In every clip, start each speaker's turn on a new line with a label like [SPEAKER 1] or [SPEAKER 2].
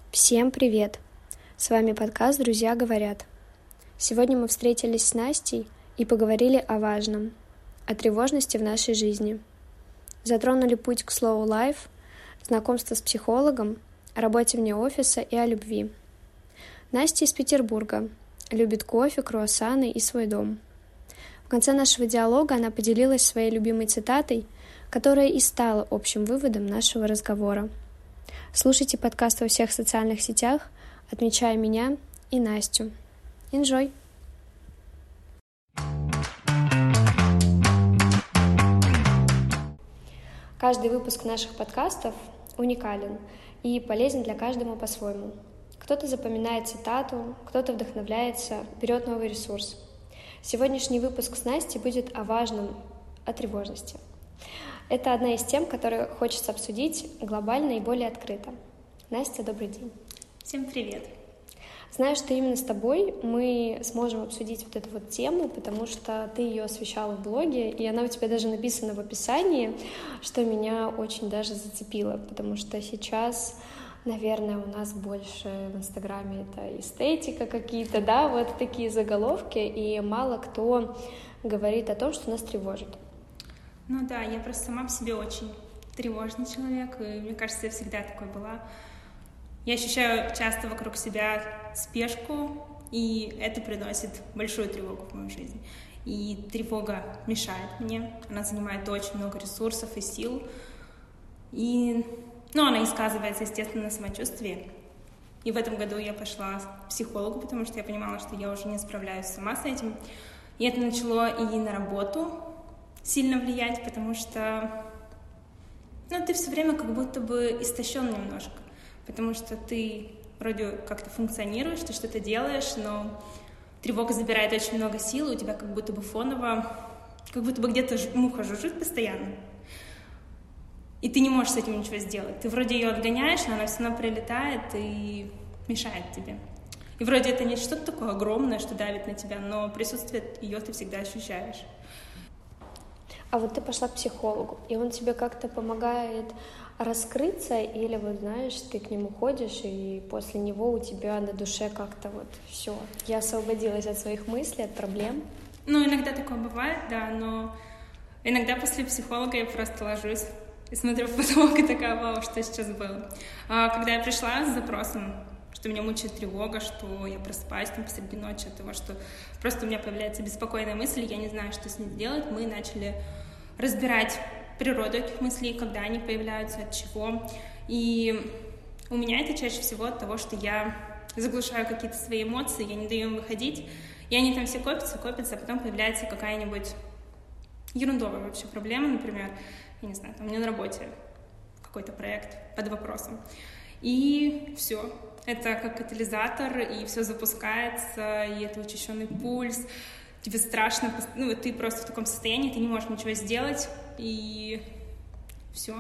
[SPEAKER 1] Всем привет! С вами подкаст «Друзья говорят». Сегодня мы встретились с Настей и поговорили о важном, о тревожности в нашей жизни. Затронули путь к slow life, знакомство с психологом, о работе вне офиса и о любви. Настя из Петербурга, любит кофе, круассаны и свой дом. В конце нашего диалога она поделилась своей любимой цитатой, которая и стала общим выводом нашего разговора. Слушайте подкаст во всех социальных сетях, отмечая меня и Настю. Enjoy! Каждый выпуск наших подкастов уникален и полезен для каждого по-своему. Кто-то запоминает цитату, кто-то вдохновляется, берет новый ресурс. Сегодняшний выпуск с Настей будет о важном, о тревожности. Это одна из тем, которые хочется обсудить глобально и более открыто. Настя, добрый день.
[SPEAKER 2] Всем привет.
[SPEAKER 1] Знаю, что именно с тобой мы сможем обсудить вот эту вот тему, потому что ты ее освещала в блоге, и она у тебя даже написана в описании, что меня очень даже зацепило, потому что сейчас, наверное, у нас больше в Инстаграме это эстетика какие-то, да, вот такие заголовки, и мало кто говорит о том, что нас тревожит.
[SPEAKER 2] Ну да, я просто сама по себе очень тревожный человек, и мне кажется, я всегда такой была. Я ощущаю часто вокруг себя спешку, и это приносит большую тревогу в мою жизнь. И тревога мешает мне, она занимает очень много ресурсов и сил, и она и сказывается, естественно, на самочувствии. И в этом году я пошла к психологу, потому что я понимала, что я уже не справляюсь сама с этим. И это начало и на работу сильно влиять, потому что ты все время как будто бы истощен немножко, потому что ты вроде как-то функционируешь, ты что-то делаешь, но тревога забирает очень много сил, у тебя как будто бы фоново, как будто бы где-то муха жужжит постоянно, и ты не можешь с этим ничего сделать. Ты вроде ее отгоняешь, но она все равно прилетает и мешает тебе. И вроде это не что-то такое огромное, что давит на тебя, но присутствие ее ты всегда ощущаешь.
[SPEAKER 1] А вот ты пошла к психологу, и он тебе как-то помогает раскрыться, или вот знаешь, ты к нему ходишь, и после него у тебя на душе как-то вот все, я освободилась от своих мыслей, от проблем?
[SPEAKER 2] Иногда такое бывает, да, но иногда после психолога я просто ложусь и смотрю в потолок и такая: вау, что сейчас было. Когда я пришла с запросом, что меня мучает тревога, что я просыпаюсь посреди ночи от того, что просто у меня появляется беспокойная мысль, я не знаю, что с ней сделать, мы начали разбирать природу этих мыслей, когда они появляются, от чего. И у меня это чаще всего от того, что я заглушаю какие-то свои эмоции, я не даю им выходить, и они там все копятся, а потом появляется какая-нибудь ерундовая вообще проблема, например, я не знаю, там у меня на работе какой-то проект под вопросом. И все. Это как катализатор, и все запускается, и это учащенный пульс. Тебе страшно, ты просто в таком состоянии, ты не можешь ничего сделать, и все.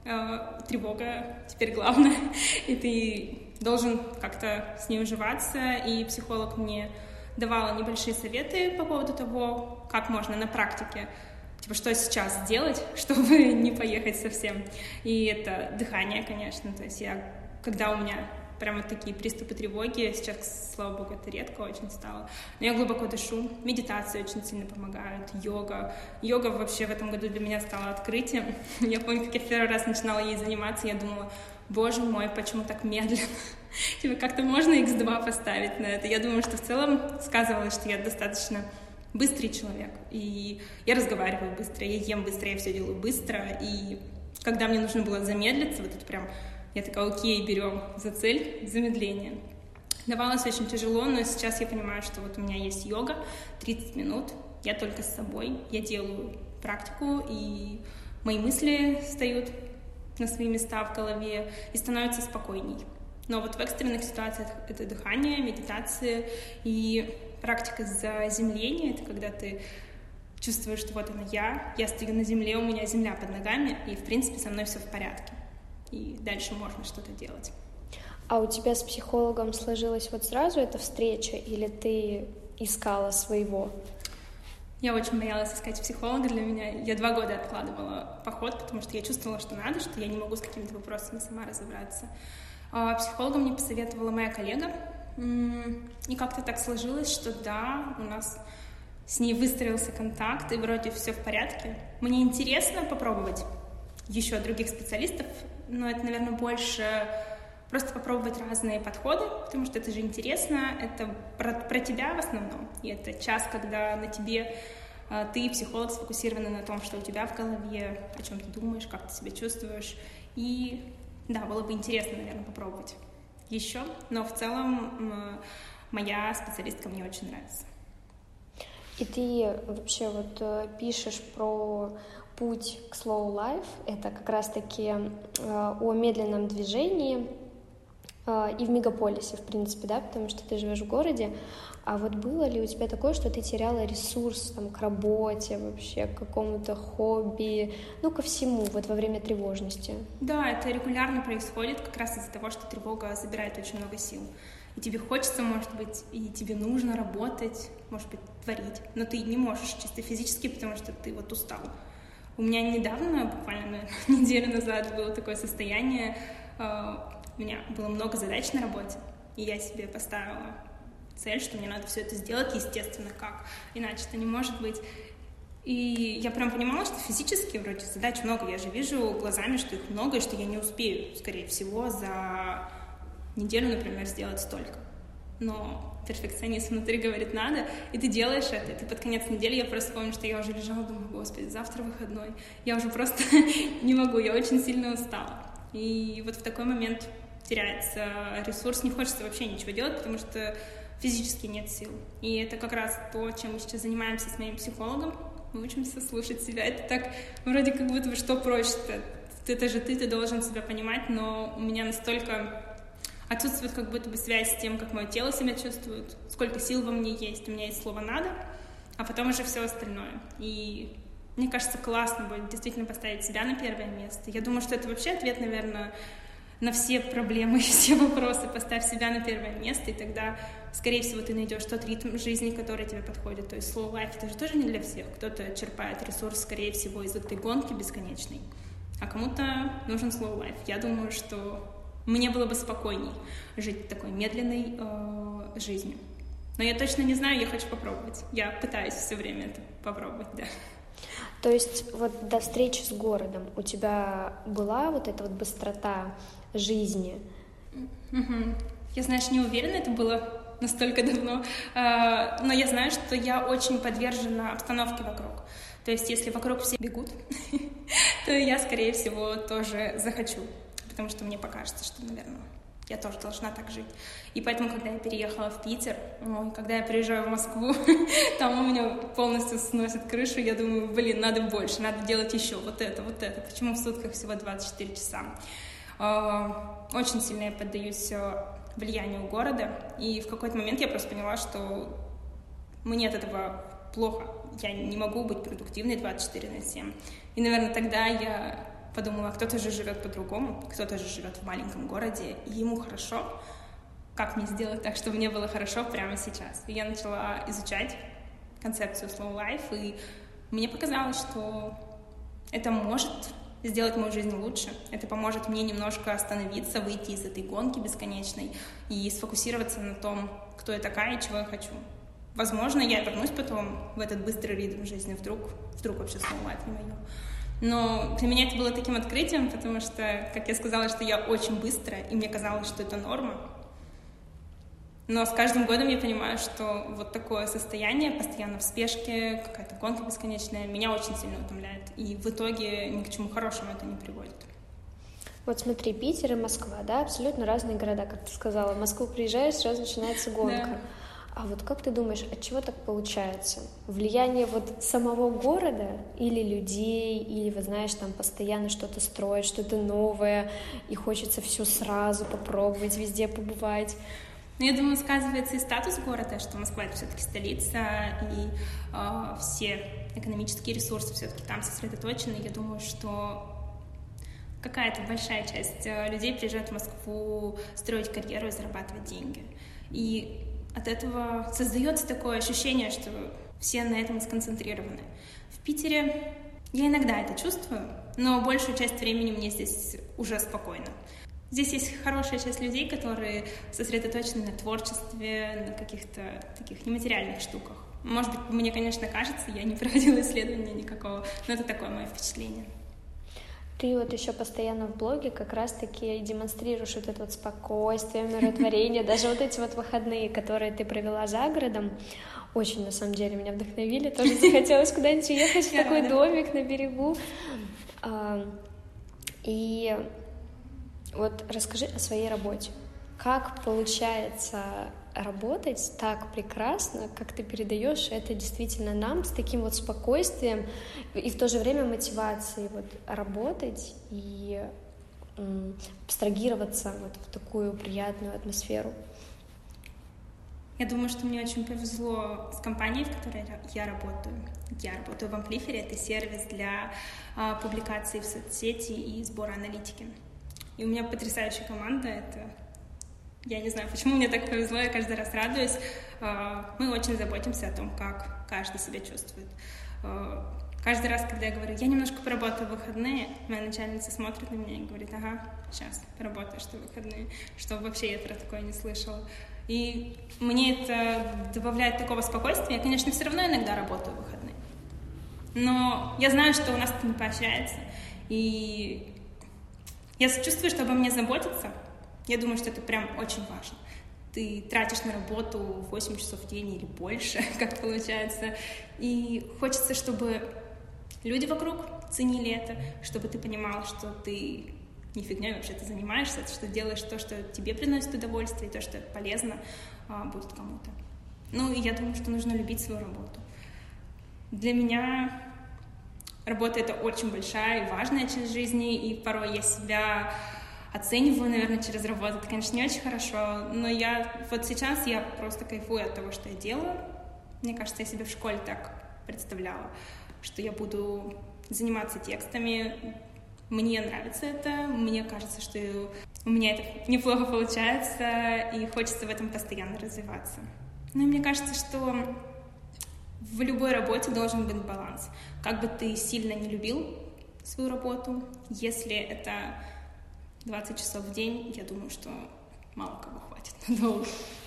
[SPEAKER 2] Тревога теперь главное, и ты должен как-то с ней уживаться, и психолог мне давала небольшие советы по поводу того, как можно на практике, что сейчас сделать, чтобы не поехать совсем. И это дыхание, конечно, то есть когда у меня прямо такие приступы тревоги, сейчас, слава богу, это редко очень стало, но я глубоко дышу, медитации очень сильно помогают, йога вообще в этом году для меня стала открытием. Я помню, как я первый раз начинала ей заниматься, я думала: боже мой, почему так медленно? Как-то можно X2 поставить на это? Я думаю, что в целом сказывалось, что я достаточно быстрый человек, и я разговариваю быстро, я ем быстро, я все делаю быстро, и когда мне нужно было замедлиться, вот это прям, я такая: окей, берем за цель замедление. Давалось очень тяжело, но сейчас я понимаю, что вот у меня есть йога, 30 минут, я только с собой, я делаю практику, и мои мысли встают на свои места в голове и становятся спокойней. Но вот в экстренных ситуациях это дыхание, медитация и практика заземления, это когда ты чувствуешь, что вот она я стою на земле, у меня земля под ногами, и в принципе со мной все в порядке. И дальше можно что-то делать.
[SPEAKER 1] А у тебя с психологом сложилась вот сразу эта встреча, или ты искала своего?
[SPEAKER 2] Я очень боялась искать психолога для меня. Я 2 года откладывала поход, потому что я чувствовала, что надо, что я не могу с какими-то вопросами сама разобраться. Психолога мне посоветовала моя коллега, и как-то так сложилось, что да, у нас с ней выстроился контакт, и вроде все в порядке. Мне интересно попробовать еще других специалистов, но это, наверное, больше просто попробовать разные подходы, потому что это же интересно, это про тебя в основном, и это час, когда на тебе ты, психолог, сфокусированы на том, что у тебя в голове, о чем ты думаешь, как ты себя чувствуешь, и да, было бы интересно, наверное, попробовать еще, но в целом моя специалистка мне очень нравится.
[SPEAKER 1] И ты вообще вот пишешь про путь к slow life, это как раз-таки о медленном движении и в мегаполисе, в принципе, да, потому что ты живешь в городе. А вот было ли у тебя такое, что ты теряла ресурс там, к работе, вообще к какому-то хобби, ну, ко всему, вот во время тревожности?
[SPEAKER 2] Да, это регулярно происходит как раз из-за того, что тревога забирает очень много сил. И тебе хочется, может быть, и тебе нужно работать, может быть, творить, но ты не можешь чисто физически, потому что ты вот устал. У меня недавно, буквально неделю назад, было такое состояние, у меня было много задач на работе, и я себе поставила цель, что мне надо все это сделать, естественно, как, иначе это не может быть. И я прям понимала, что физически вроде задач много, я же вижу глазами, что их много, и что я не успею, скорее всего, за неделю, например, сделать столько. Но перфекционист внутри говорит надо, и ты делаешь это. И ты под конец недели, я просто помню, что я уже лежала, думаю, господи, завтра выходной. Я уже просто не могу, я очень сильно устала. И вот в такой момент теряется ресурс, не хочется вообще ничего делать, потому что физически нет сил. И это как раз то, чем мы сейчас занимаемся с моим психологом. Мы учимся слушать себя. Это так вроде как будто бы что проще-то. Это же ты должен себя понимать, но у меня настолько отсутствует как будто бы связь с тем, как мое тело себя чувствует, сколько сил во мне есть. У меня есть слово «надо», а потом уже все остальное. И мне кажется, классно будет действительно поставить себя на первое место. Я думаю, что это вообще ответ, наверное, на все проблемы и все вопросы. Поставь себя на первое место, и тогда, скорее всего, ты найдешь тот ритм жизни, который тебе подходит. То есть slow life — это же тоже не для всех. Кто-то черпает ресурс, скорее всего, из этой гонки бесконечной, а кому-то нужен slow life. Я думаю, что мне было бы спокойней жить такой медленной жизнью. Но я точно не знаю, я хочу попробовать. Я пытаюсь все время это попробовать, да.
[SPEAKER 1] То есть вот до встречи с городом у тебя была вот эта вот быстрота жизни?
[SPEAKER 2] Я, знаешь, не уверена, это было настолько давно, но я знаю, что я очень подвержена обстановке вокруг. То есть если вокруг все бегут, то я, скорее всего, тоже захочу, потому что мне покажется, что, наверное, я тоже должна так жить. И поэтому, когда я переехала в Питер, когда я приезжаю в Москву, там у меня полностью сносит крышу, я думаю, блин, надо больше, надо делать еще вот это. Почему в сутках всего 24 часа? Очень сильно я поддаюсь влиянию города, и в какой-то момент я просто поняла, что мне от этого плохо. Я не могу быть продуктивной 24/7. И, наверное, тогда я подумала, кто-то же живет по-другому, кто-то же живет в маленьком городе, и ему хорошо. Как мне сделать так, чтобы мне было хорошо прямо сейчас? И я начала изучать концепцию slow life, и мне показалось, что это может сделать мою жизнь лучше. Это поможет мне немножко остановиться, выйти из этой гонки бесконечной и сфокусироваться на том, кто я такая и чего я хочу. Возможно, я вернусь потом в этот быстрый ритм жизни, вдруг вообще slow life не мое. Но для меня это было таким открытием, потому что, как я сказала, что я очень быстрая, и мне казалось, что это норма. Но с каждым годом я понимаю, что вот такое состояние, постоянно в спешке, какая-то гонка бесконечная, меня очень сильно утомляет. И в итоге ни к чему хорошему это не приводит.
[SPEAKER 1] Вот смотри, Питер и Москва, да, абсолютно разные города, как ты сказала. В Москву приезжаешь, сразу начинается гонка. Да. А вот как ты думаешь, от чего так получается? Влияние вот самого города или людей, или, вот знаешь, там постоянно что-то строить, что-то новое, и хочется все сразу попробовать, везде побывать?
[SPEAKER 2] Ну, я думаю, сказывается и статус города, что Москва — это все-таки столица, и все экономические ресурсы все-таки там сосредоточены. Я думаю, что какая-то большая часть людей приезжает в Москву строить карьеру и зарабатывать деньги. И от этого создается такое ощущение, что все на этом сконцентрированы. В Питере я иногда это чувствую, но большую часть времени мне здесь уже спокойно. Здесь есть хорошая часть людей, которые сосредоточены на творчестве, на каких-то таких нематериальных штуках. Может быть, мне, конечно, кажется, я не проводила исследования никакого, но это такое мое впечатление.
[SPEAKER 1] Ты вот еще постоянно в блоге как раз-таки демонстрируешь вот это вот спокойствие, умиротворение, даже вот эти вот выходные, которые ты провела за городом, очень, на самом деле, меня вдохновили, тоже захотелось куда-нибудь уехать в такой домик на берегу. И вот расскажи о своей работе. Как получается работать так прекрасно, как ты передаешь это действительно нам с таким вот спокойствием и в то же время мотивацией вот работать и абстрагироваться вот в такую приятную атмосферу?
[SPEAKER 2] Я думаю, что мне очень повезло с компанией, в которой я работаю. Я работаю в Амплифере, это сервис для публикаций в соцсети и сбора аналитики. И у меня потрясающая команда, я не знаю, почему мне так повезло, я каждый раз радуюсь. Мы очень заботимся о том, как каждый себя чувствует. Каждый раз, когда я говорю, я немножко поработаю в выходные, моя начальница смотрит на меня и говорит, ага, сейчас поработаешь ты в выходные, что вообще я про такое не слышала. И мне это добавляет такого спокойствия. Я, конечно, все равно иногда работаю в выходные, но я знаю, что у нас это не поощряется. И я чувствую, что обо мне заботятся. Я думаю, что это прям очень важно. Ты тратишь на работу 8 часов в день или больше, как получается. И хочется, чтобы люди вокруг ценили это, чтобы ты понимал, что ты не фигней вообще-то занимаешься, что делаешь то, что тебе приносит удовольствие, то, что полезно будет кому-то. Ну, и я думаю, что нужно любить свою работу. Для меня работа — это очень большая и важная часть жизни, и порой я себя оцениваю, наверное, через работу. Это, конечно, не очень хорошо, но вот сейчас я просто кайфую от того, что я делаю. Мне кажется, я себе в школе так представляла, что я буду заниматься текстами. Мне нравится это, мне кажется, что у меня это неплохо получается, и хочется в этом постоянно развиваться. Ну и мне кажется, что в любой работе должен быть баланс. Как бы ты сильно не любил свою работу, если это 20 часов в день, я думаю, что мало кого хватит надолго.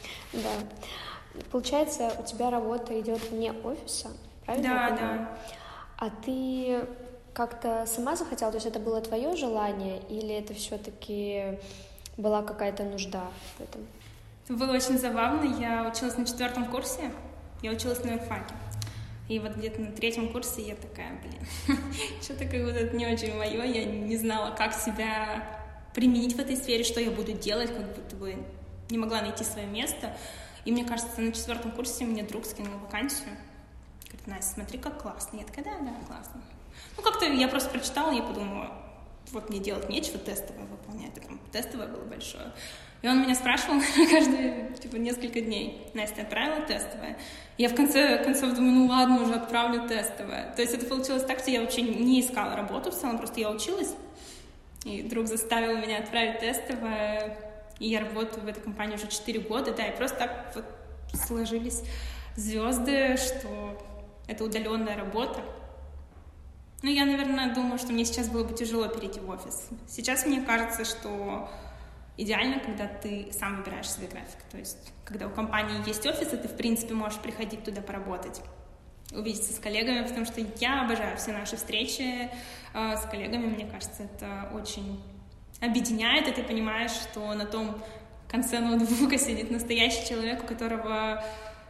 [SPEAKER 1] Да. Получается, у тебя работа идет вне офиса, правильно?
[SPEAKER 2] Да.
[SPEAKER 1] А ты как-то сама захотела, то есть это было твое желание, или это все-таки была какая-то нужда в этом?
[SPEAKER 2] Это было очень забавно. Я училась на 4 курсе, я училась на юрфаке. И вот где-то на 3 курсе я такая, что-то как будто это не очень мое, я не знала, как себя применить в этой сфере, что я буду делать, как будто бы не могла найти свое место. И мне кажется, на 4 курсе мне друг скинул вакансию. Говорит, Настя, смотри, как классно. Я такая, да, классно. Ну, как-то я просто прочитала, и я подумала, вот мне делать нечего, тестовое выполнять. Там тестовое было большое. И он меня спрашивал каждые, несколько дней. Настя, отправила тестовое? Я в конце концов думаю, ну ладно, уже отправлю тестовое. То есть это получилось так, что я вообще не искала работу в целом, просто я училась. И друг заставил меня отправить тестовое. И я работаю в этой компании уже 4 года, да, и просто так вот сложились звезды, что это удаленная работа. Ну, я, наверное, думаю, что мне сейчас было бы тяжело перейти в офис. Сейчас мне кажется, что идеально, когда ты сам выбираешь свой график. То есть, когда у компании есть офис, и ты, в принципе, можешь приходить туда поработать, увидеться с коллегами, потому что я обожаю все наши встречи с коллегами. Мне кажется, это очень объединяет, и ты понимаешь, что на том конце ноутбука сидит настоящий человек, у которого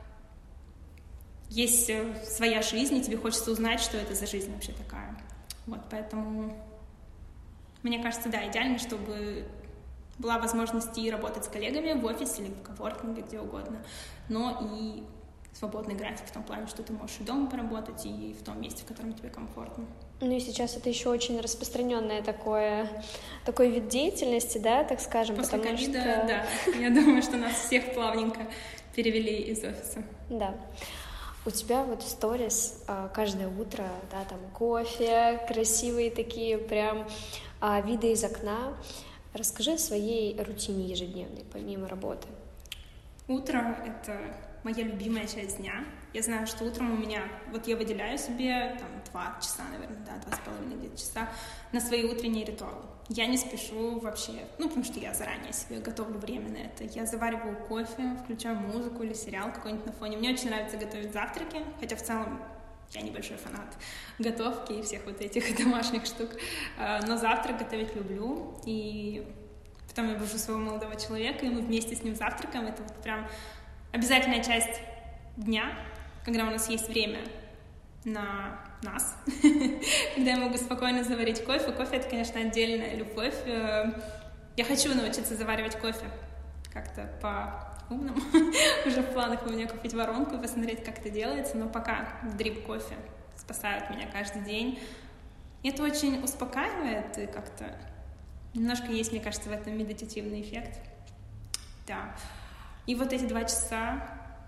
[SPEAKER 2] есть своя жизнь, и тебе хочется узнать, что это за жизнь вообще такая. Вот, поэтому мне кажется, да, идеально, чтобы была возможность и работать с коллегами в офисе или в коворкинге, где угодно, но и свободный график в том плане, что ты можешь и дома поработать, и в том месте, в котором тебе комфортно.
[SPEAKER 1] Ну и сейчас это еще очень распространенное такой вид деятельности, да, так скажем.
[SPEAKER 2] После ковида, да. Я думаю, что нас всех плавненько перевели из офиса.
[SPEAKER 1] Да. У тебя вот в сторис каждое утро, да, там кофе, красивые такие прям виды из окна. Расскажи о своей рутине ежедневной, помимо работы.
[SPEAKER 2] Утро — это моя любимая часть дня. Я знаю, что утром у меня, вот я выделяю себе там 2 часа, наверное, да, 2,5 где-то часа на свои утренние ритуалы. Я не спешу вообще, потому что я заранее себе готовлю время на это. Я завариваю кофе, включаю музыку или сериал какой-нибудь на фоне. Мне очень нравится готовить завтраки, хотя в целом я небольшой фанат готовки и всех вот этих домашних штук. Но завтрак готовить люблю. И потом я бужу своего молодого человека, и мы вместе с ним завтракаем. Это вот прям обязательная часть дня, когда у нас есть время на нас, когда я могу спокойно заварить кофе. Кофе — это, конечно, отдельная любовь. Я хочу научиться заваривать кофе как-то по-умному. Уже в планах у меня купить воронку и посмотреть, как это делается, но пока дрип-кофе спасают меня каждый день. И это очень успокаивает, и как-то немножко есть, мне кажется, в этом медитативный эффект. Да. И вот эти 2 часа,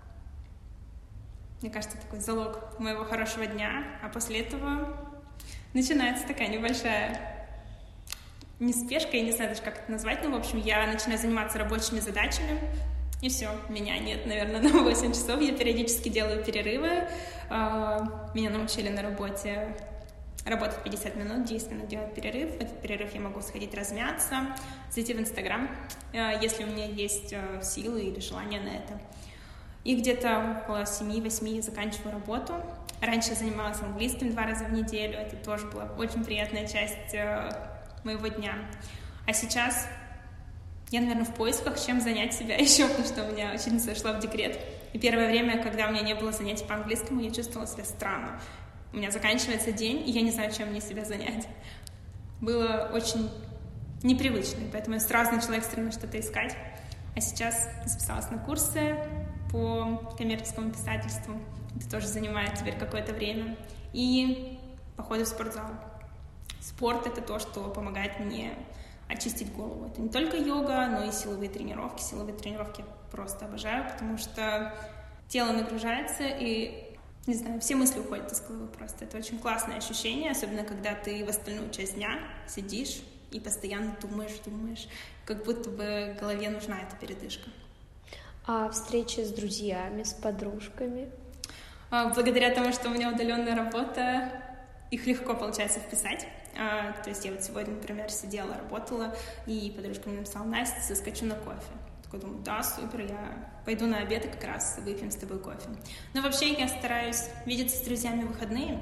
[SPEAKER 2] мне кажется, такой залог моего хорошего дня, а после этого начинается такая небольшая неспешка, я не знаю даже, как это назвать, но, в общем, я начинаю заниматься рабочими задачами, и все, меня нет, наверное, на 8 часов, я периодически делаю перерывы, меня научили на работе работать 50 минут, действенно делать перерыв. В этот перерыв я могу сходить размяться, зайти в Инстаграм, если у меня есть силы или желание на это. И где-то около 7-8 я заканчиваю работу. Раньше я занималась английским 2 раза в неделю, это тоже была очень приятная часть моего дня. А сейчас я, наверное, в поисках, чем занять себя еще, потому что у меня ученица ушла в декрет. И первое время, когда у меня не было занятий по английскому, я чувствовала себя странно. У меня заканчивается день, и я не знаю, чем мне себя занять. Было очень непривычно, поэтому я сразу начала экстренно что-то искать. А сейчас записалась на курсы по коммерческому писательству. Это тоже занимает теперь какое-то время. И походы в спортзал. Спорт — это то, что помогает мне очистить голову. Это не только йога, но и силовые тренировки. Силовые тренировки я просто обожаю, потому что тело нагружается, и, не знаю, все мысли уходят из головы просто. Это очень классное ощущение, особенно когда ты в остальную часть дня сидишь и постоянно думаешь, как будто бы голове нужна эта передышка.
[SPEAKER 1] А встречи с друзьями, с подружками?
[SPEAKER 2] Благодаря тому, что у меня удаленная работа, их легко получается вписать. То есть я вот сегодня, например, сидела, работала, и подружка мне написала: Настя, заскочу на кофе. Такой думаю: да, супер, я пойду на обед и как раз выпьем с тобой кофе. Но вообще я стараюсь видеться с друзьями в выходные,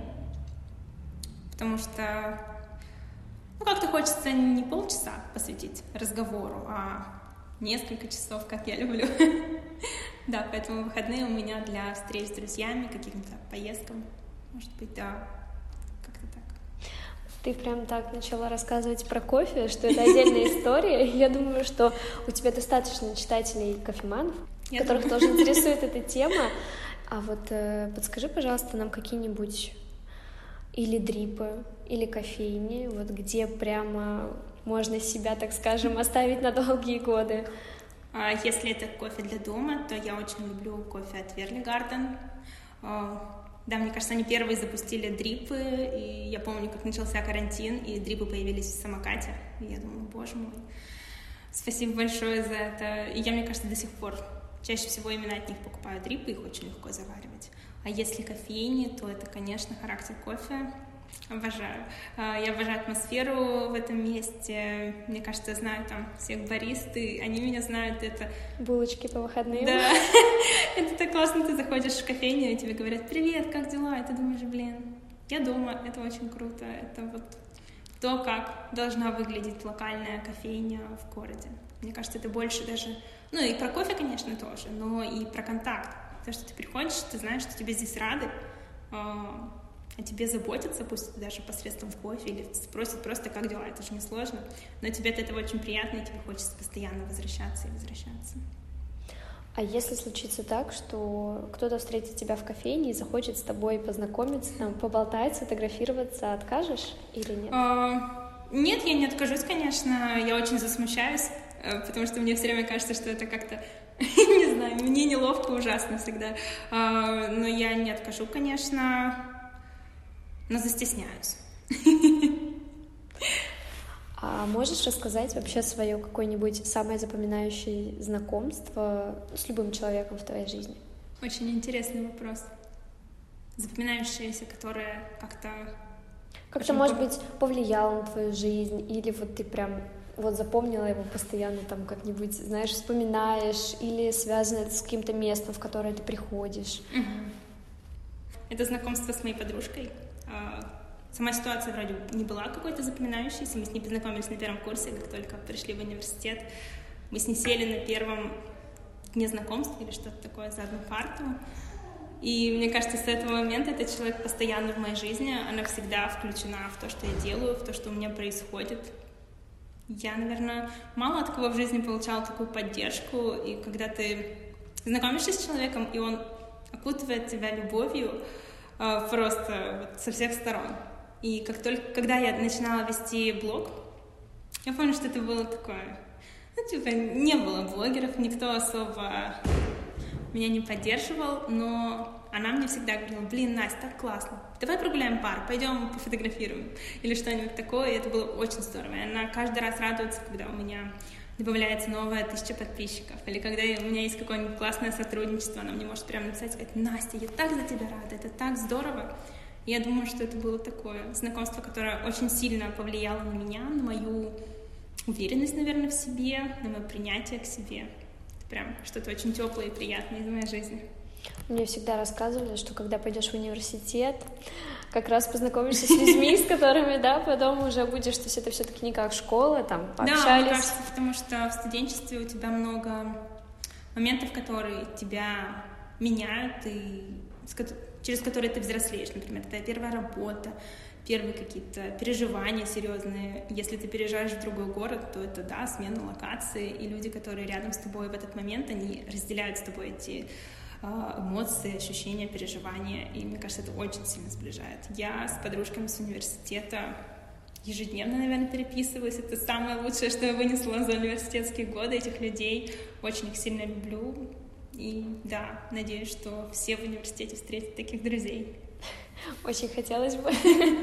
[SPEAKER 2] потому что как-то хочется не полчаса посвятить разговору, а несколько часов, как я люблю. Да, поэтому выходные у меня для встреч с друзьями, каким-то поездкам, может быть, да, как-то так.
[SPEAKER 1] Ты прям так начала рассказывать про кофе, что это отдельная история. Я думаю, что у тебя достаточно читателей-кофеманов, которых тоже интересует эта тема. А вот подскажи, пожалуйста, нам какие-нибудь или дрипы, или кофейни, вот где прямо можно себя, так скажем, оставить на долгие годы.
[SPEAKER 2] Если это кофе для дома, то я очень люблю кофе от Verly Garden. Да, мне кажется, они первые запустили дрипы, и я помню, как начался карантин, и дрипы появились в самокате. И я думаю: боже мой, спасибо большое за это. И я, мне кажется, до сих пор чаще всего именно от них покупаю дрипы, их очень легко заваривать. А если кофейни, то это, конечно, характер кофе. Обожаю. Я обожаю атмосферу в этом месте. Мне кажется, я знаю там всех баристы, они меня знают. Это
[SPEAKER 1] булочки по выходным.
[SPEAKER 2] Да, это так классно. Ты заходишь в кофейню, и тебе говорят: привет, как дела? И ты думаешь: блин, я дома, это очень круто. Это вот то, как должна выглядеть локальная кофейня в городе. Мне кажется, это больше даже... Ну, и про кофе, конечно, тоже, но и про контакт. То, что ты приходишь, ты знаешь, что тебе здесь рады, о тебе заботятся, пусть даже посредством кофе, или спросят просто: как дела, это же не сложно, но тебе от этого очень приятно, и тебе хочется постоянно возвращаться и возвращаться.
[SPEAKER 1] А если случится так, что кто-то встретит тебя в кофейне и захочет с тобой познакомиться, там, поболтать, сфотографироваться, откажешь или нет?
[SPEAKER 2] Нет, я не откажусь, конечно, я очень засмущаюсь, потому что мне все время кажется, что это как-то, не знаю, мне неловко ужасно всегда, но я не откажу, конечно, но застесняюсь.
[SPEAKER 1] А можешь рассказать вообще свое какое-нибудь самое запоминающее знакомство с любым человеком в твоей жизни?
[SPEAKER 2] Очень интересный вопрос. Запоминающееся, которое как-то...
[SPEAKER 1] Как-то, может быть, повлияло на твою жизнь, или вот ты прям вот запомнила его постоянно там как-нибудь, знаешь, вспоминаешь, или связано это с каким-то местом, в которое ты приходишь.
[SPEAKER 2] Это знакомство с моей подружкой. Сама ситуация вроде не была какой-то запоминающейся. Мы с ней познакомились на первом курсе, как только пришли в университет. Мы с ней сели на первом дне знакомства или что-то такое за одну парту. И мне кажется, с этого момента этот человек постоянно в моей жизни. Она всегда включена в то, что я делаю, в то, что у меня происходит. Я, наверное, мало от кого в жизни получала такую поддержку. И когда ты знакомишься с человеком, и он окутывает тебя любовью просто вот со всех сторон. И когда я начинала вести блог, я помню, что это было такое... не было блогеров, никто особо меня не поддерживал, но она мне всегда говорила: блин, Настя, так классно, давай прогуляем парк, пойдем пофотографируем, или что-нибудь такое, и это было очень здорово. И она каждый раз радуется, когда у меня добавляется новая 1000 подписчиков, или когда у меня есть какое-нибудь классное сотрудничество, она мне может прямо написать, сказать: Настя, я так за тебя рада, это так здорово. И я думаю, что это было такое знакомство, которое очень сильно повлияло на меня, на мою уверенность, наверное, в себе, на мое принятие к себе. Это прям что-то очень теплое и приятное из моей жизни.
[SPEAKER 1] Мне всегда рассказывали, что когда пойдешь в университет, как раз познакомишься с людьми, с которыми, да, потом уже будешь, то есть это все-таки не как школа, там, пообщались.
[SPEAKER 2] Да, мне кажется, потому что в студенчестве у тебя много моментов, которые тебя меняют и через которые ты взрослеешь. Например, твоя первая работа, первые какие-то переживания серьезные. Если ты переезжаешь в другой город, то это, да, смена локации, и люди, которые рядом с тобой в этот момент, они разделяют с тобой эти эмоции, ощущения, переживания, и мне кажется, это очень сильно сближает. Я с подружками с университета ежедневно, наверное, переписываюсь. Это самое лучшее, что я вынесла за университетские годы, этих людей. Очень их сильно люблю. И да, надеюсь, что все в университете встретят таких друзей.
[SPEAKER 1] Очень хотелось бы.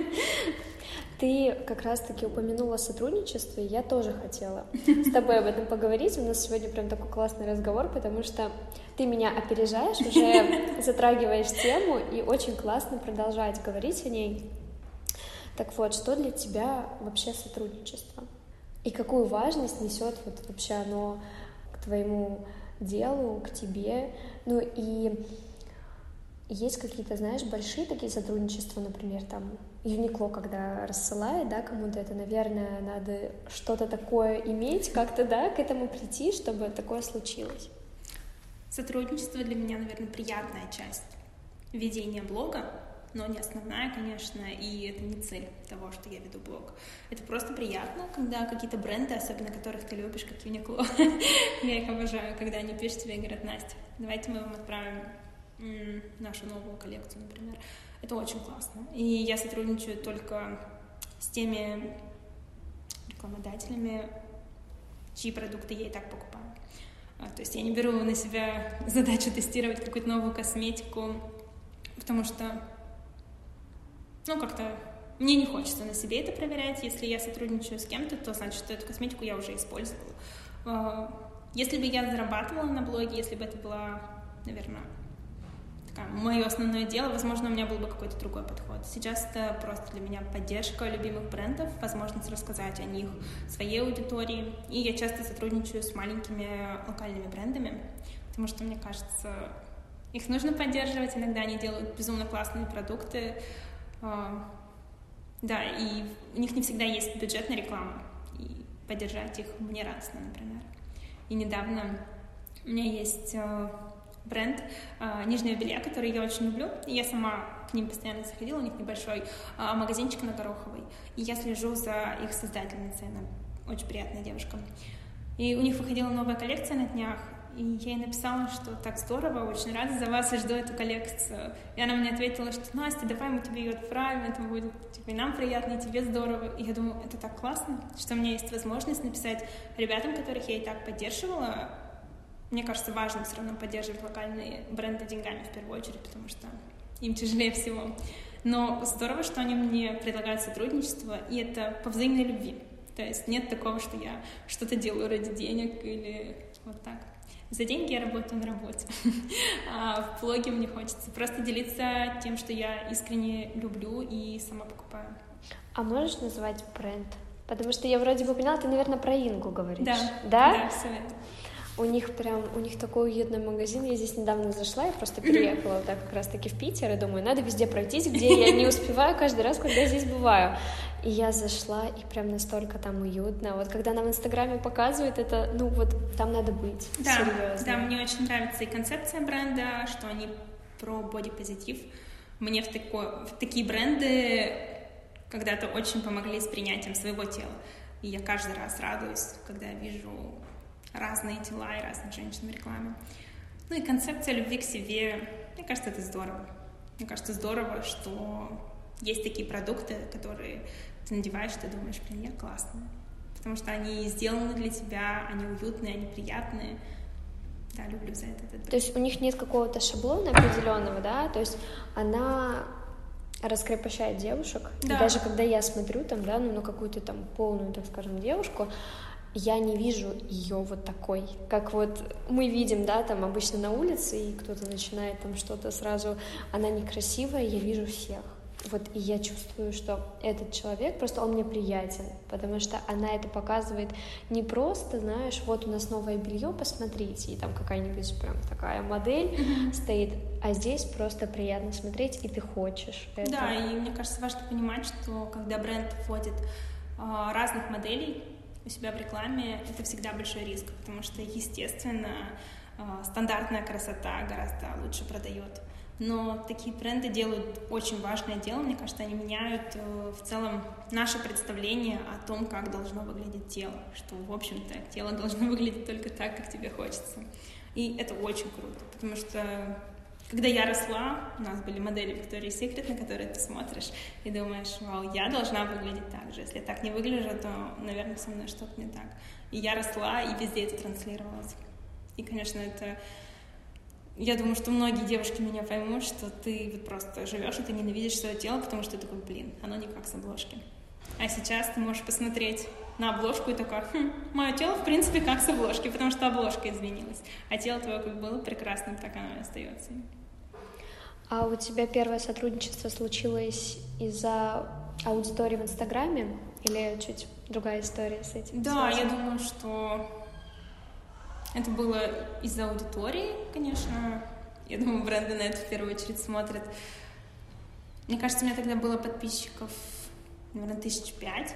[SPEAKER 1] Ты как раз-таки упомянула сотрудничество, и я тоже хотела с тобой об этом поговорить. У нас сегодня прям такой классный разговор, потому что ты меня опережаешь, уже затрагиваешь тему, и очень классно продолжать говорить о ней. Так вот, что для тебя вообще сотрудничество? И какую важность несет вот вообще оно к твоему делу, к тебе? Ну и есть какие-то, знаешь, большие такие сотрудничества, например, там Uniqlo, когда рассылает, да, кому-то, это, наверное, надо что-то такое иметь, как-то, да, к этому прийти, чтобы такое случилось.
[SPEAKER 2] Сотрудничество для меня, наверное, приятная часть ведения блога, но не основная, конечно, и это не цель того, что я веду блог. Это просто приятно, когда какие-то бренды, особенно которых ты любишь, как Uniqlo, я их обожаю, когда они пишут тебе и говорят: Настя, давайте мы вам отправим нашу новую коллекцию, например. Это очень классно. И я сотрудничаю только с теми рекламодателями, чьи продукты я и так покупаю. То есть я не беру на себя задачу тестировать какую-то новую косметику, потому что, как-то мне не хочется на себе это проверять. Если я сотрудничаю с кем-то, то значит, что эту косметику я уже использовала. Если бы я зарабатывала на блоге, если бы это была, наверное, мое основное дело, возможно, у меня был бы какой-то другой подход. Сейчас это просто для меня поддержка любимых брендов, возможность рассказать о них своей аудитории. И я часто сотрудничаю с маленькими локальными брендами, потому что, мне кажется, их нужно поддерживать. Иногда они делают безумно классные продукты. Да, и у них не всегда есть бюджет на рекламу. И поддержать их мне радостно, например. И недавно у меня есть бренд нижнего белья, который я очень люблю, и я сама к ним постоянно заходила, у них небольшой магазинчик на Гороховой, и я слежу за их создательницей, она очень приятная девушка. И у них выходила новая коллекция на днях, и я ей написала, что так здорово, очень рада за вас и жду эту коллекцию. И она мне ответила, что: Настя, давай мы тебе ее отправим, это будет и нам приятно, и тебе здорово. И я думаю, это так классно, что у меня есть возможность написать ребятам, которых я и так поддерживала. Мне кажется, важно все равно поддерживать локальные бренды деньгами в первую очередь, потому что им тяжелее всего. Но здорово, что они мне предлагают сотрудничество, и это по взаимной любви. То есть нет такого, что я что-то делаю ради денег или вот так. За деньги я работаю на работе. А в блоге мне хочется просто делиться тем, что я искренне люблю и сама покупаю.
[SPEAKER 1] А можешь назвать бренд? Потому что я вроде бы поняла, ты, наверное, про Ингу говоришь.
[SPEAKER 2] Да,
[SPEAKER 1] да?
[SPEAKER 2] Да, все верно.
[SPEAKER 1] У них такой уютный магазин. Я здесь недавно зашла, я просто переехала вот так как раз-таки в Питер, и думаю, надо везде пройтись, где я не успеваю каждый раз, когда здесь бываю. И я зашла, и прям настолько там уютно. Вот когда нам в Инстаграме показывают это, ну вот там надо быть, серьезно.
[SPEAKER 2] Да, мне очень нравится и концепция бренда, что они про бодипозитив. Мне в такие бренды когда-то очень помогли с принятием своего тела. И я каждый раз радуюсь, когда я вижу разные тела и разных женщин в рекламе. Ну и концепция любви к себе, мне кажется, это здорово. Мне кажется, здорово, что есть такие продукты, которые ты надеваешь, ты думаешь, блин, я классная. Потому что они сделаны для тебя, они уютные, они приятные. Да, люблю за это.
[SPEAKER 1] То есть у них нет какого-то шаблона определенного, да? То есть она раскрепощает девушек. Да. И даже когда я смотрю там, да, ну, на какую-то там полную, так скажем, девушку, я не вижу ее вот такой, как вот мы видим, да, там обычно на улице, и кто-то начинает там что-то сразу, она некрасивая, я вижу всех. Вот, и я чувствую, что этот человек, просто он мне приятен, потому что она это показывает не просто, знаешь, вот у нас новое белье, посмотрите, и там какая-нибудь прям такая модель стоит, а здесь просто приятно смотреть, и ты хочешь это.
[SPEAKER 2] Да, и мне кажется, важно понимать, что когда бренд вводит разных моделей у себя в рекламе, это всегда большой риск, потому что, естественно, стандартная красота гораздо лучше продает. Но такие бренды делают очень важное дело, мне кажется, они меняют в целом наше представление о том, как должно выглядеть тело, что, в общем-то, тело должно выглядеть только так, как тебе хочется. И это очень круто, потому что, когда я росла, у нас были модели Victoria's Secret, на которые ты смотришь и думаешь, вау, я должна выглядеть так же. Если я так не выгляжу, то, наверное, со мной что-то не так. И я росла, и везде это транслировалось. И, конечно, это... Я думаю, что многие девушки меня поймут, что ты вот просто живешь, и ты ненавидишь свое тело, потому что ты такой, блин, оно не как с обложки. А сейчас ты можешь посмотреть на обложку и такой, мое тело, в принципе, как с обложки, потому что обложка изменилась. А тело твое как было прекрасным, так оно и остается.
[SPEAKER 1] А у тебя первое сотрудничество случилось из-за аудитории в Инстаграме? Или чуть другая история с этим?
[SPEAKER 2] Да, я думаю, что это было из-за аудитории, конечно. Я думаю, бренды на это в первую очередь смотрят. Мне кажется, у меня тогда было подписчиков, наверное, 1005.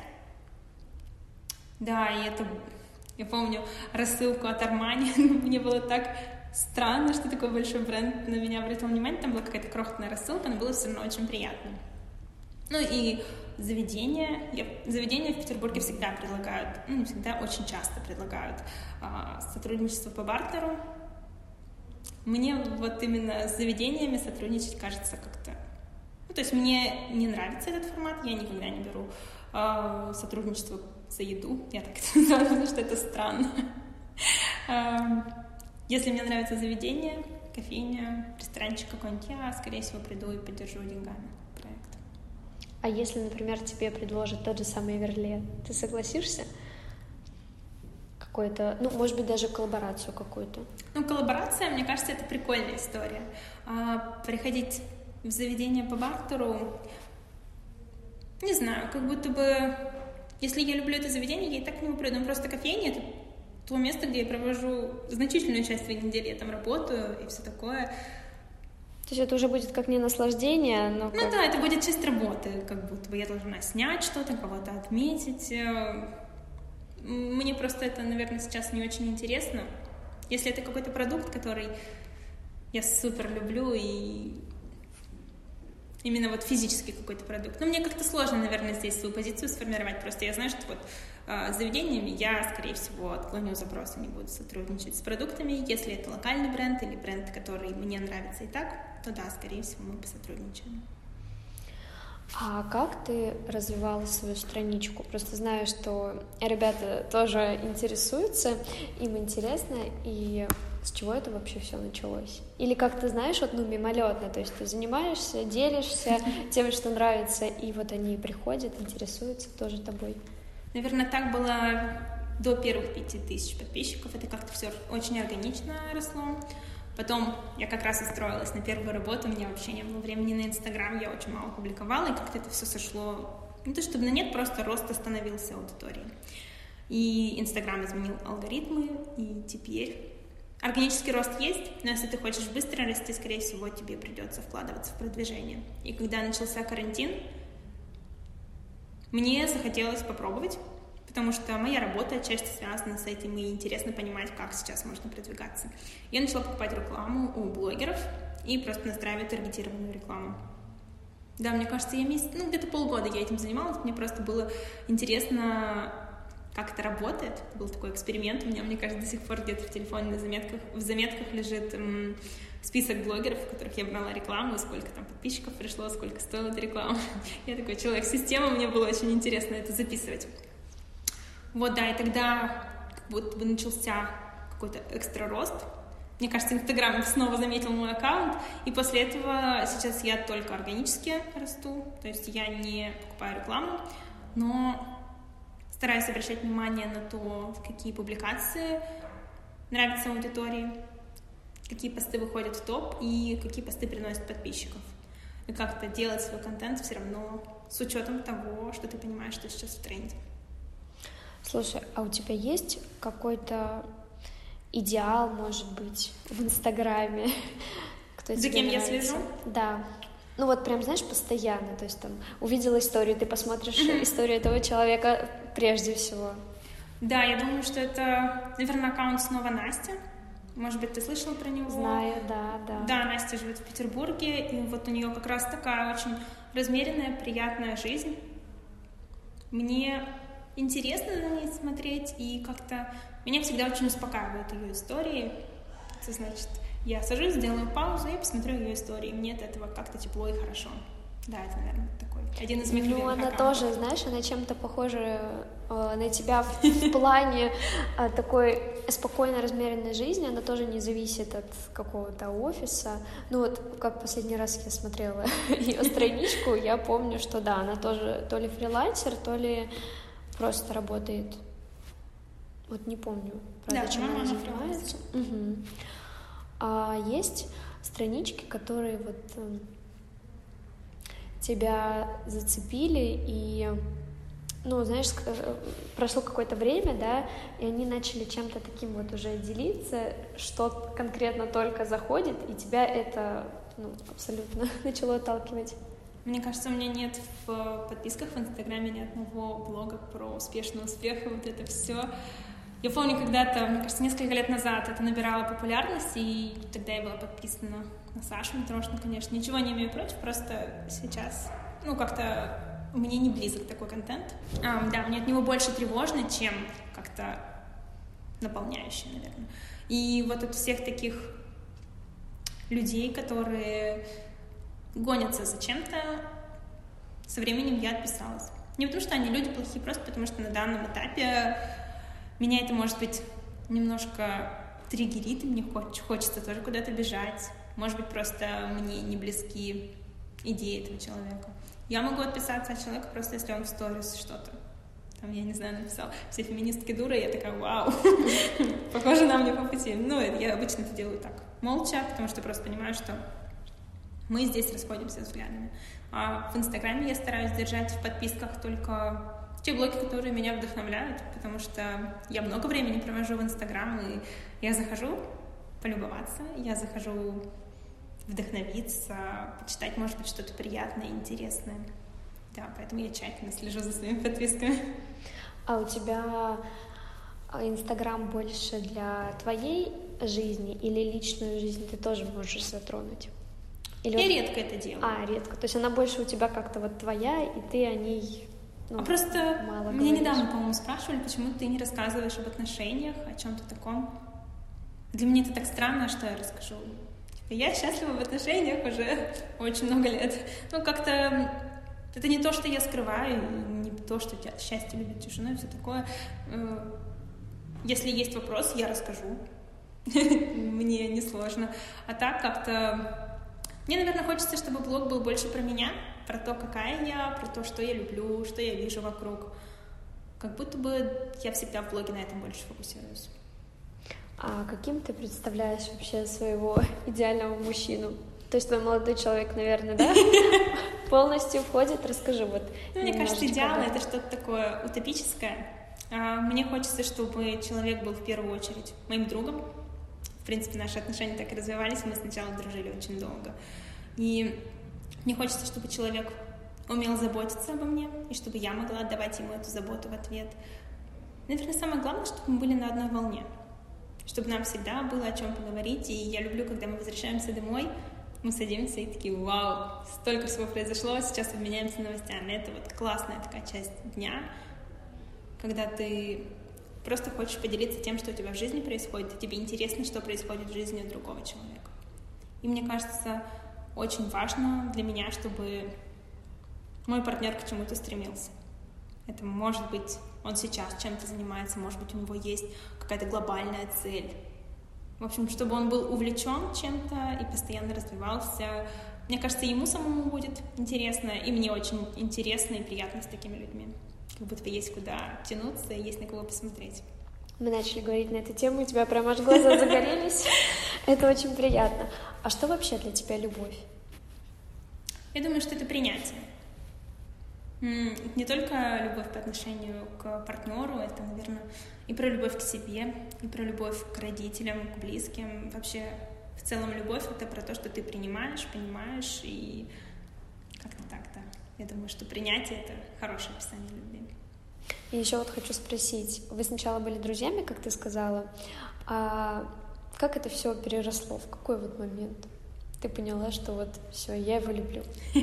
[SPEAKER 2] Да, и это, я помню, рассылку от Armani. Мне было так странно, что такой большой бренд на меня обратил внимание. Там была какая-то крохотная рассылка, но было все равно очень приятно. Ну и заведения в Петербурге всегда предлагают, ну не всегда, очень часто предлагают сотрудничество по бартеру. Мне вот именно с заведениями сотрудничать кажется как-то... Ну, то есть мне не нравится этот формат, я никогда не беру сотрудничество за еду, я так это называю, потому что это странно. Если мне нравится заведение, кофейня, ресторанчик какой-нибудь, я, скорее всего, приду и поддержу деньгами проект.
[SPEAKER 1] А если, например, тебе предложат тот же самый Верле, ты согласишься? Какой-то, ну, может быть, даже коллаборацию какую-то?
[SPEAKER 2] Ну, коллаборация, мне кажется, это прикольная история. Приходить в заведение по бартеру, не знаю, как будто бы, если я люблю это заведение, я и так к нему приду. Просто кофейня — это то место, где я провожу значительную часть своей недели, я там работаю и все такое.
[SPEAKER 1] То есть это уже будет как не наслаждение, но
[SPEAKER 2] Ну да, это будет часть работы, как будто бы я должна снять что-то, кого-то отметить. Мне просто это, наверное, сейчас не очень интересно. Если это какой-то продукт, который я супер люблю, и именно вот физический какой-то продукт. Но мне как-то сложно, наверное, здесь свою позицию сформировать. Просто я знаю, что вот с заведениями я, скорее всего, отклоню запросы, не буду сотрудничать с продуктами. Если это локальный бренд или бренд, который мне нравится и так, то да, скорее всего, мы посотрудничаем.
[SPEAKER 1] А как ты развивала свою страничку? Просто знаю, что ребята тоже интересуются, им интересно, и с чего это вообще все началось? Или как ты знаешь, вот, ну, мимолетно, то есть ты занимаешься, делишься тем, что нравится, и вот они приходят, интересуются тоже тобой.
[SPEAKER 2] Наверное, так было до первых 5000 подписчиков. Это как-то все очень органично росло. Потом я как раз устроилась на первую работу, у меня вообще не было времени на Инстаграм, я очень мало публиковала, и как-то это все сошло, не то чтобы на нет, просто рост остановился аудитории. И Инстаграм изменил алгоритмы, и теперь органический рост есть, но если ты хочешь быстро расти, скорее всего, тебе придется вкладываться в продвижение. И когда начался карантин, мне захотелось попробовать, потому что моя работа отчасти связана с этим, и интересно понимать, как сейчас можно продвигаться. Я начала покупать рекламу у блогеров и просто настраивать таргетированную рекламу. Да, мне кажется, я где-то полгода я этим занималась, мне просто было интересно, как это работает. Это был такой эксперимент. У меня, мне кажется, до сих пор где-то в телефоне в заметках лежит список блогеров, в которых я брала рекламу, сколько там подписчиков пришло, сколько стоила эта реклама. Я такой человек-система, мне было очень интересно это записывать. Вот, да, и тогда как будто бы начался какой-то экстра рост. Мне кажется, Инстаграм снова заметил мой аккаунт, и после этого сейчас я только органически расту, то есть я не покупаю рекламу, но стараюсь обращать внимание на то, какие публикации нравятся аудитории, какие посты выходят в топ и какие посты приносят подписчиков. И как-то делать свой контент все равно с учетом того, что ты понимаешь, что сейчас в тренде.
[SPEAKER 1] Слушай, а у тебя есть какой-то идеал, может быть, в Инстаграме? Кто
[SPEAKER 2] За
[SPEAKER 1] тебе
[SPEAKER 2] кем
[SPEAKER 1] нравится?
[SPEAKER 2] я слежу?
[SPEAKER 1] Да. Ну вот прям, знаешь, постоянно. То есть там увидела историю, ты посмотришь историю этого человека прежде всего.
[SPEAKER 2] Да, я думаю, что это, наверное, аккаунт снова Настя. Может быть, ты слышала про него?
[SPEAKER 1] Знаю, да.
[SPEAKER 2] Да, Настя живет в Петербурге, и вот у нее как раз такая очень размеренная, приятная жизнь. Мне интересно на ней смотреть, и как-то меня всегда очень успокаивают ее истории. Это значит, я сажусь, делаю паузу и посмотрю ее истории, и мне от этого как-то тепло и хорошо. Да, это, наверное, такой один из моих любимых
[SPEAKER 1] она
[SPEAKER 2] аккаунтов.
[SPEAKER 1] тоже, знаешь, она чем-то похожа на тебя в плане такой спокойной, размеренной жизни. Она тоже не зависит от какого-то офиса. Ну вот, как последний раз я смотрела ее страничку, я помню, что да, она тоже то ли фрилансер, то ли просто работает. Вот не помню, правда,
[SPEAKER 2] Да,
[SPEAKER 1] чем она
[SPEAKER 2] она
[SPEAKER 1] занимается. Угу. А есть странички, которые вот тебя зацепили, и, ну, знаешь, прошло какое-то время, да, и они начали чем-то таким вот уже делиться, что конкретно только заходит, и тебя это, ну, абсолютно начало отталкивать.
[SPEAKER 2] Мне кажется, у меня нет в подписках в Инстаграме ни одного блога про успешный успех и вот это все. Я помню, когда-то, мне кажется, несколько лет назад это набирало популярность, и тогда я была подписана на Сашу Митрошину, конечно. Ничего не имею против, просто сейчас, ну, как-то мне не близок такой контент. Да, мне от него больше тревожно, чем как-то наполняющий, наверное. И вот от всех таких людей, которые гонятся за чем-то, со временем я отписалась. Не потому что они люди плохие, просто потому что на данном этапе меня это, может быть, немножко триггерит, и мне хочется тоже куда-то бежать. Может быть, просто мне не близки идеи этого человека. Я могу отписаться от человека, просто если он в сторис что-то, там, я не знаю, написал «Все феминистки дуры», я такая «Вау, похоже, нам не по пути». Ну, я обычно это делаю так, молча, потому что просто понимаю, что мы здесь расходимся взглядами. А в Инстаграме я стараюсь держать в подписках только те блоги, которые меня вдохновляют, потому что я много времени провожу в Инстаграм, и я захожу полюбоваться, я захожу вдохновиться, почитать, может быть, что-то приятное, интересное. Да, поэтому я тщательно слежу за своими подписками.
[SPEAKER 1] А у тебя Инстаграм больше для твоей жизни или личную жизнь ты тоже можешь затронуть? Или
[SPEAKER 2] я редко это делаю.
[SPEAKER 1] Редко. То есть она больше у тебя как-то вот твоя, и ты о ней... Ну,
[SPEAKER 2] просто
[SPEAKER 1] мало
[SPEAKER 2] меня
[SPEAKER 1] говоришь.
[SPEAKER 2] недавно, по-моему, спрашивали, почему ты не рассказываешь об отношениях, о чем-то таком. Для меня это так странно, что я расскажу. Я счастлива в отношениях уже очень много лет. Ну, как-то это не то, что я скрываю, не то, что счастье любит тишину и все такое. Если есть вопрос, я расскажу. Мне несложно. А так как-то... Мне, наверное, хочется, чтобы блог был больше про меня, про то, какая я, про то, что я люблю, что я вижу вокруг. как будто бы я всегда в блоге на этом больше фокусируюсь.
[SPEAKER 1] А каким ты представляешь вообще своего идеального мужчину? То есть твой молодой человек, наверное, да? Полностью входит? Расскажи вот.
[SPEAKER 2] Мне кажется, идеал — это что-то такое утопическое. Мне хочется, чтобы человек был в первую очередь моим другом. В принципе, наши отношения так и развивались. Мы сначала дружили очень долго. И мне хочется, чтобы человек умел заботиться обо мне, и чтобы я могла отдавать ему эту заботу в ответ. Наверное, самое главное, чтобы мы были на одной волне. Чтобы нам всегда было о чем поговорить. И я люблю, когда мы возвращаемся домой, мы садимся и такие: вау, столько всего произошло, сейчас обменяемся новостями. Это вот классная такая часть дня, когда ты просто хочешь поделиться тем, что у тебя в жизни происходит, и тебе интересно, что происходит в жизни у другого человека. И мне кажется, очень важно для меня, чтобы мой партнер к чему-то стремился. Это может быть, он сейчас чем-то занимается, может быть, у него есть какая-то глобальная цель. В общем, чтобы он был увлечен чем-то и постоянно развивался. Мне кажется, ему самому будет интересно, и мне очень интересно и приятно с такими людьми. Как будто есть куда тянуться и есть на кого посмотреть.
[SPEAKER 1] Мы начали говорить на эту тему, у тебя прям аж глаза загорелись. Это очень приятно. А что вообще для тебя любовь?
[SPEAKER 2] Я думаю, что это принятие. Не только любовь по отношению к партнеру, это, наверное, и про любовь к себе, и про любовь к родителям, к близким. Вообще, в целом, любовь — это про то, что ты принимаешь, понимаешь, и как-то так-то. Я думаю, что принятие — это хорошее описание любви.
[SPEAKER 1] И еще вот хочу спросить, вы сначала были друзьями, как ты сказала, а как это все переросло? В какой вот момент ты поняла, что вот все, я его люблю?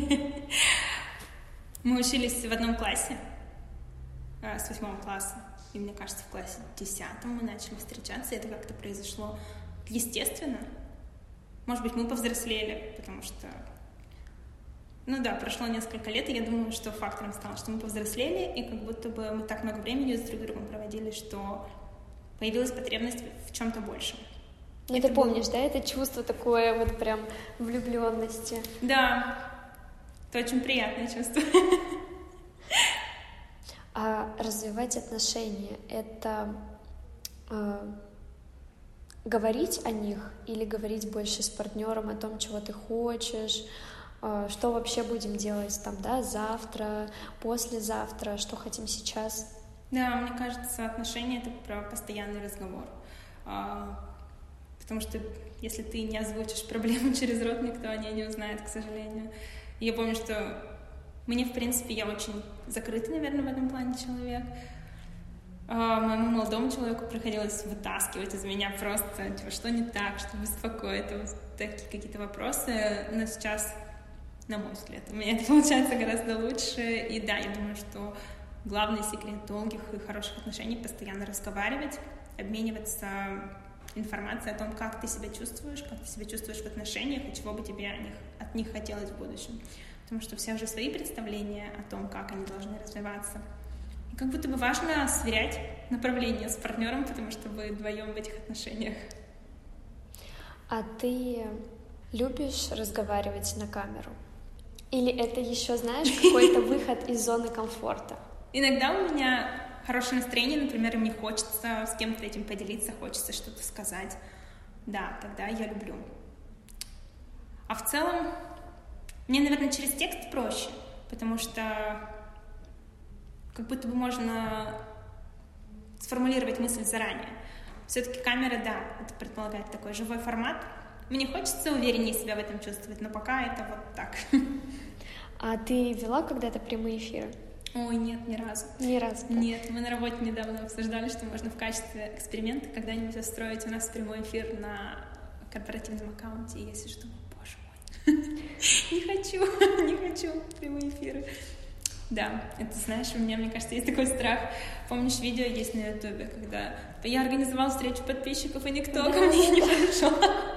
[SPEAKER 2] Мы учились в одном классе, с 8 класса, и мне кажется, в классе 10 мы начали встречаться, и это как-то произошло естественно. Может быть, мы повзрослели, потому что, ну да, прошло несколько лет, и я думаю, что фактором стало, что мы повзрослели, и как будто бы мы так много времени с друг другом проводили, что появилась потребность в чем-то большем.
[SPEAKER 1] Ну, ты помнишь, да, это чувство такое вот прям влюбленности?
[SPEAKER 2] Да. Это очень приятное чувство.
[SPEAKER 1] А развивать отношения — это говорить о них или говорить больше с партнером о том, чего ты хочешь, что вообще будем делать там, да, завтра, послезавтра, что хотим сейчас?
[SPEAKER 2] Да, мне кажется, отношения — это про постоянный разговор. Потому что если ты не озвучишь проблему через рот, никто о ней не узнает, к сожалению. Я помню, что мне, в принципе, я очень закрытый, наверное, в этом плане человек. Моему молодому человеку приходилось вытаскивать из меня просто, типа, что не так, что беспокоит, вот такие какие-то вопросы. Но сейчас, на мой взгляд, у меня это получается гораздо лучше. И да, я думаю, что главный секрет долгих и хороших отношений — постоянно разговаривать, обмениваться информацией о том, как ты себя чувствуешь в отношениях и чего бы тебе от них хотелось в будущем. Потому что все уже свои представления о том, как они должны развиваться. И как будто бы важно сверять направление с партнером, потому что вы вдвоем в этих отношениях.
[SPEAKER 1] А ты любишь разговаривать на камеру? Или это еще, знаешь, какой-то выход из зоны комфорта?
[SPEAKER 2] Иногда у меня хорошее настроение, например, и мне хочется с кем-то этим поделиться, хочется что-то сказать. Да, тогда я люблю. А в целом, мне, наверное, через текст проще, потому что как будто бы можно сформулировать мысль заранее. Все-таки камера, да, это предполагает такой живой формат. Мне хочется увереннее себя в этом чувствовать, но пока это вот так.
[SPEAKER 1] А ты вела когда-то прямые эфиры?
[SPEAKER 2] Ой, нет, ни разу.
[SPEAKER 1] Ни разу, да?
[SPEAKER 2] Нет, мы на работе недавно обсуждали, что можно в качестве эксперимента когда-нибудь устроить у нас прямой эфир на корпоративном аккаунте, и я сижу, думаю, боже мой, не хочу прямые эфиры. Да, это, знаешь, у меня, мне кажется, есть такой страх. Помнишь, видео есть на Ютубе, когда я организовала встречу подписчиков, и никто ко мне не пришел.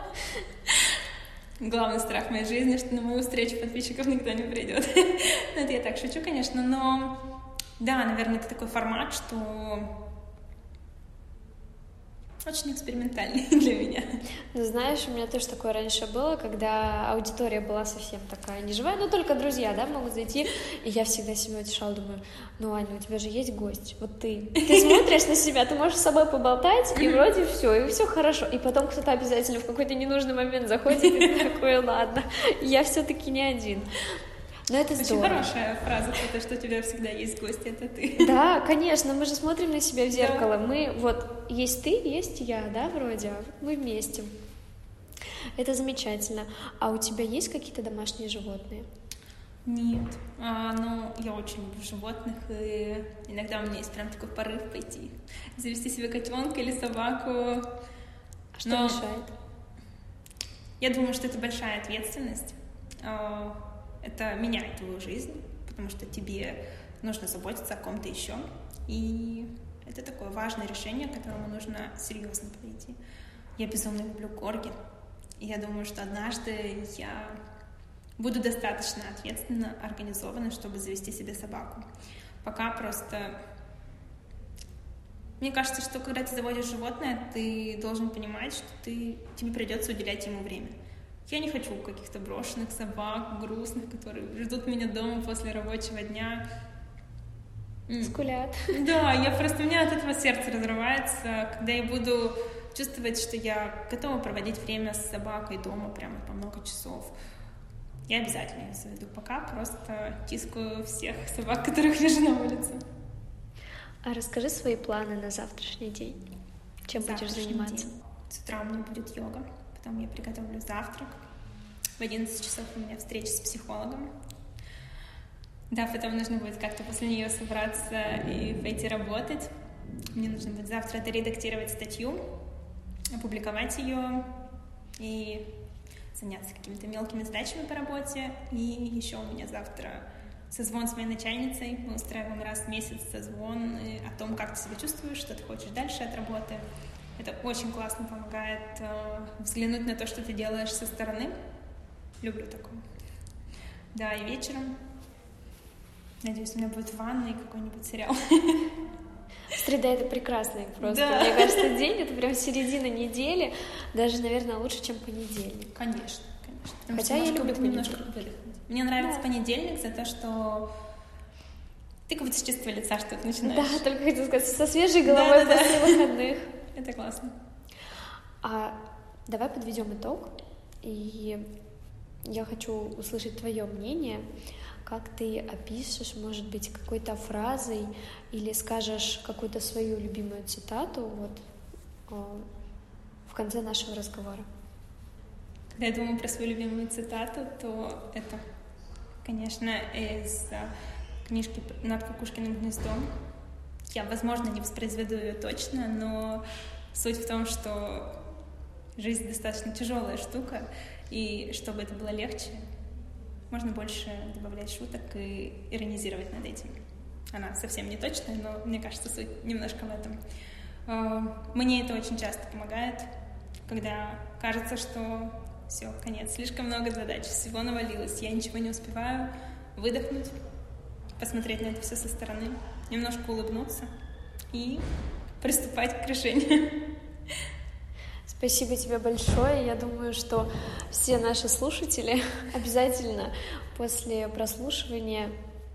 [SPEAKER 2] Главный страх в моей жизни, что на мою встречу подписчиков никто не придет. Ну, это я так шучу, конечно, но да, наверное, это такой формат, что очень экспериментальный для меня.
[SPEAKER 1] Ну, знаешь, у меня тоже такое раньше было, когда аудитория была совсем такая неживая, но только друзья, да, могут зайти, и я всегда себя утешала, думаю, ну, Аня, у тебя же есть гость, вот ты смотришь на себя, ты можешь с собой поболтать, и вроде все, и все хорошо, и потом кто-то обязательно в какой-то ненужный момент заходит, и ты такой, ладно, я все-таки не один. Но это
[SPEAKER 2] очень
[SPEAKER 1] здорово.
[SPEAKER 2] Хорошая фраза про то, что у тебя всегда есть гости, это ты.
[SPEAKER 1] Да, конечно, мы же смотрим на себя в зеркало. Да. Мы вот есть ты, есть я, да, вроде, мы вместе. Это замечательно. А у тебя есть какие-то домашние животные?
[SPEAKER 2] Нет, но я очень люблю животных, и иногда у меня есть прям такой порыв пойти завести себе котенка или собаку.
[SPEAKER 1] А что мешает?
[SPEAKER 2] Я думаю, что это большая ответственность. Это меняет твою жизнь, потому что тебе нужно заботиться о ком-то еще. И это такое важное решение, к которому нужно серьезно подойти. Я безумно люблю корги. И я думаю, что однажды я буду достаточно ответственно организована, чтобы завести себе собаку. Пока просто... Мне кажется, что когда ты заводишь животное, ты должен понимать, что тебе придется уделять ему время. Я не хочу каких-то брошенных собак, грустных, которые ждут меня дома после рабочего дня.
[SPEAKER 1] Скулят.
[SPEAKER 2] Да, у меня от этого сердце разрывается, когда я буду чувствовать, что я готова проводить время с собакой дома прямо по много часов. Я обязательно ее заведу. Пока просто тискаю всех собак, которых вижу на улице.
[SPEAKER 1] А расскажи свои планы на завтрашний день. Чем будешь заниматься?
[SPEAKER 2] С утра у меня будет йога. Потом я приготовлю завтрак. В 11 часов у меня встреча с психологом. Да, потом нужно будет как-то после нее собраться и пойти работать. Мне нужно будет завтра доредактировать статью, опубликовать ее и заняться какими-то мелкими задачами по работе. И еще у меня завтра созвон с моей начальницей. Мы устраиваем раз в месяц созвон о том, как ты себя чувствуешь, что ты хочешь дальше от работы. Это очень классно помогает взглянуть на то, что ты делаешь со стороны. Люблю такое. Да, и вечером, надеюсь, у меня будет ванна и какой-нибудь сериал.
[SPEAKER 1] Среда — это прекрасный просто.
[SPEAKER 2] Да.
[SPEAKER 1] Мне кажется, день — это прям середина недели, даже, наверное, лучше, чем понедельник.
[SPEAKER 2] Конечно.
[SPEAKER 1] Хотя я люблю
[SPEAKER 2] немножко выдохнуть. Мне нравится понедельник за то, что ты как будто с чистого лица что-то начинаешь.
[SPEAKER 1] Да, только хотела сказать, со свежей головой после выходных.
[SPEAKER 2] Это классно.
[SPEAKER 1] А давай подведем итог, и я хочу услышать твое мнение, как ты опишешь, может быть, какой-то фразой или скажешь какую-то свою любимую цитату в конце нашего разговора.
[SPEAKER 2] Когда я думаю про свою любимую цитату, то это, конечно, из книжки «Над кукушкиным гнездом». Я, возможно, не воспроизведу ее точно, но суть в том, что жизнь достаточно тяжелая штука, и чтобы это было легче, можно больше добавлять шуток и иронизировать над этим. Она совсем не точная, но мне кажется, суть немножко в этом. Мне это очень часто помогает, когда кажется, что все, конец, слишком много задач, всего навалилось, я ничего не успеваю, выдохнуть, посмотреть на это все со стороны, немножко улыбнуться и приступать к решению.
[SPEAKER 1] Спасибо тебе большое. Я думаю, что все наши слушатели обязательно после прослушивания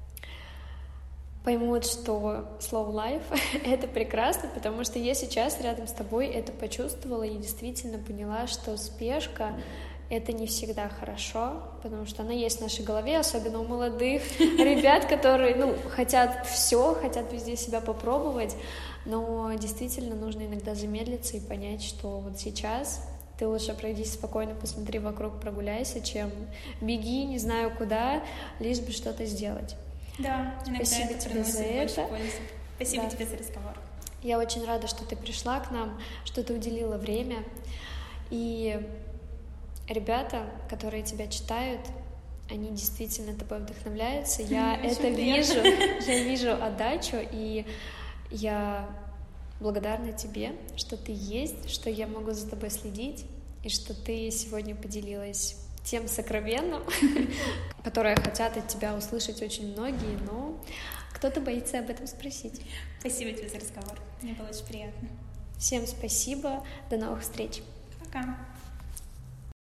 [SPEAKER 1] поймут, что slow life — это прекрасно, потому что я сейчас рядом с тобой это почувствовала и действительно поняла, что спешка — это не всегда хорошо, потому что она есть в нашей голове, особенно у молодых ребят, которые, хотят все, хотят везде себя попробовать, но действительно нужно иногда замедлиться и понять, что вот сейчас ты лучше пройдись спокойно, посмотри вокруг, прогуляйся, чем беги, не знаю куда, лишь бы что-то сделать.
[SPEAKER 2] Да,
[SPEAKER 1] спасибо тебе за это.
[SPEAKER 2] Спасибо тебе за разговор.
[SPEAKER 1] Я очень рада, что ты пришла к нам, что ты уделила время. И ребята, которые тебя читают, они действительно тобой вдохновляются. Я это вижу, я вижу отдачу, и я благодарна тебе, что ты есть, что я могу за тобой следить, и что ты сегодня поделилась тем сокровенным, которое хотят от тебя услышать очень многие, но кто-то боится об этом спросить.
[SPEAKER 2] Спасибо тебе за разговор, мне было очень приятно.
[SPEAKER 1] Всем спасибо, до новых встреч.
[SPEAKER 2] Пока.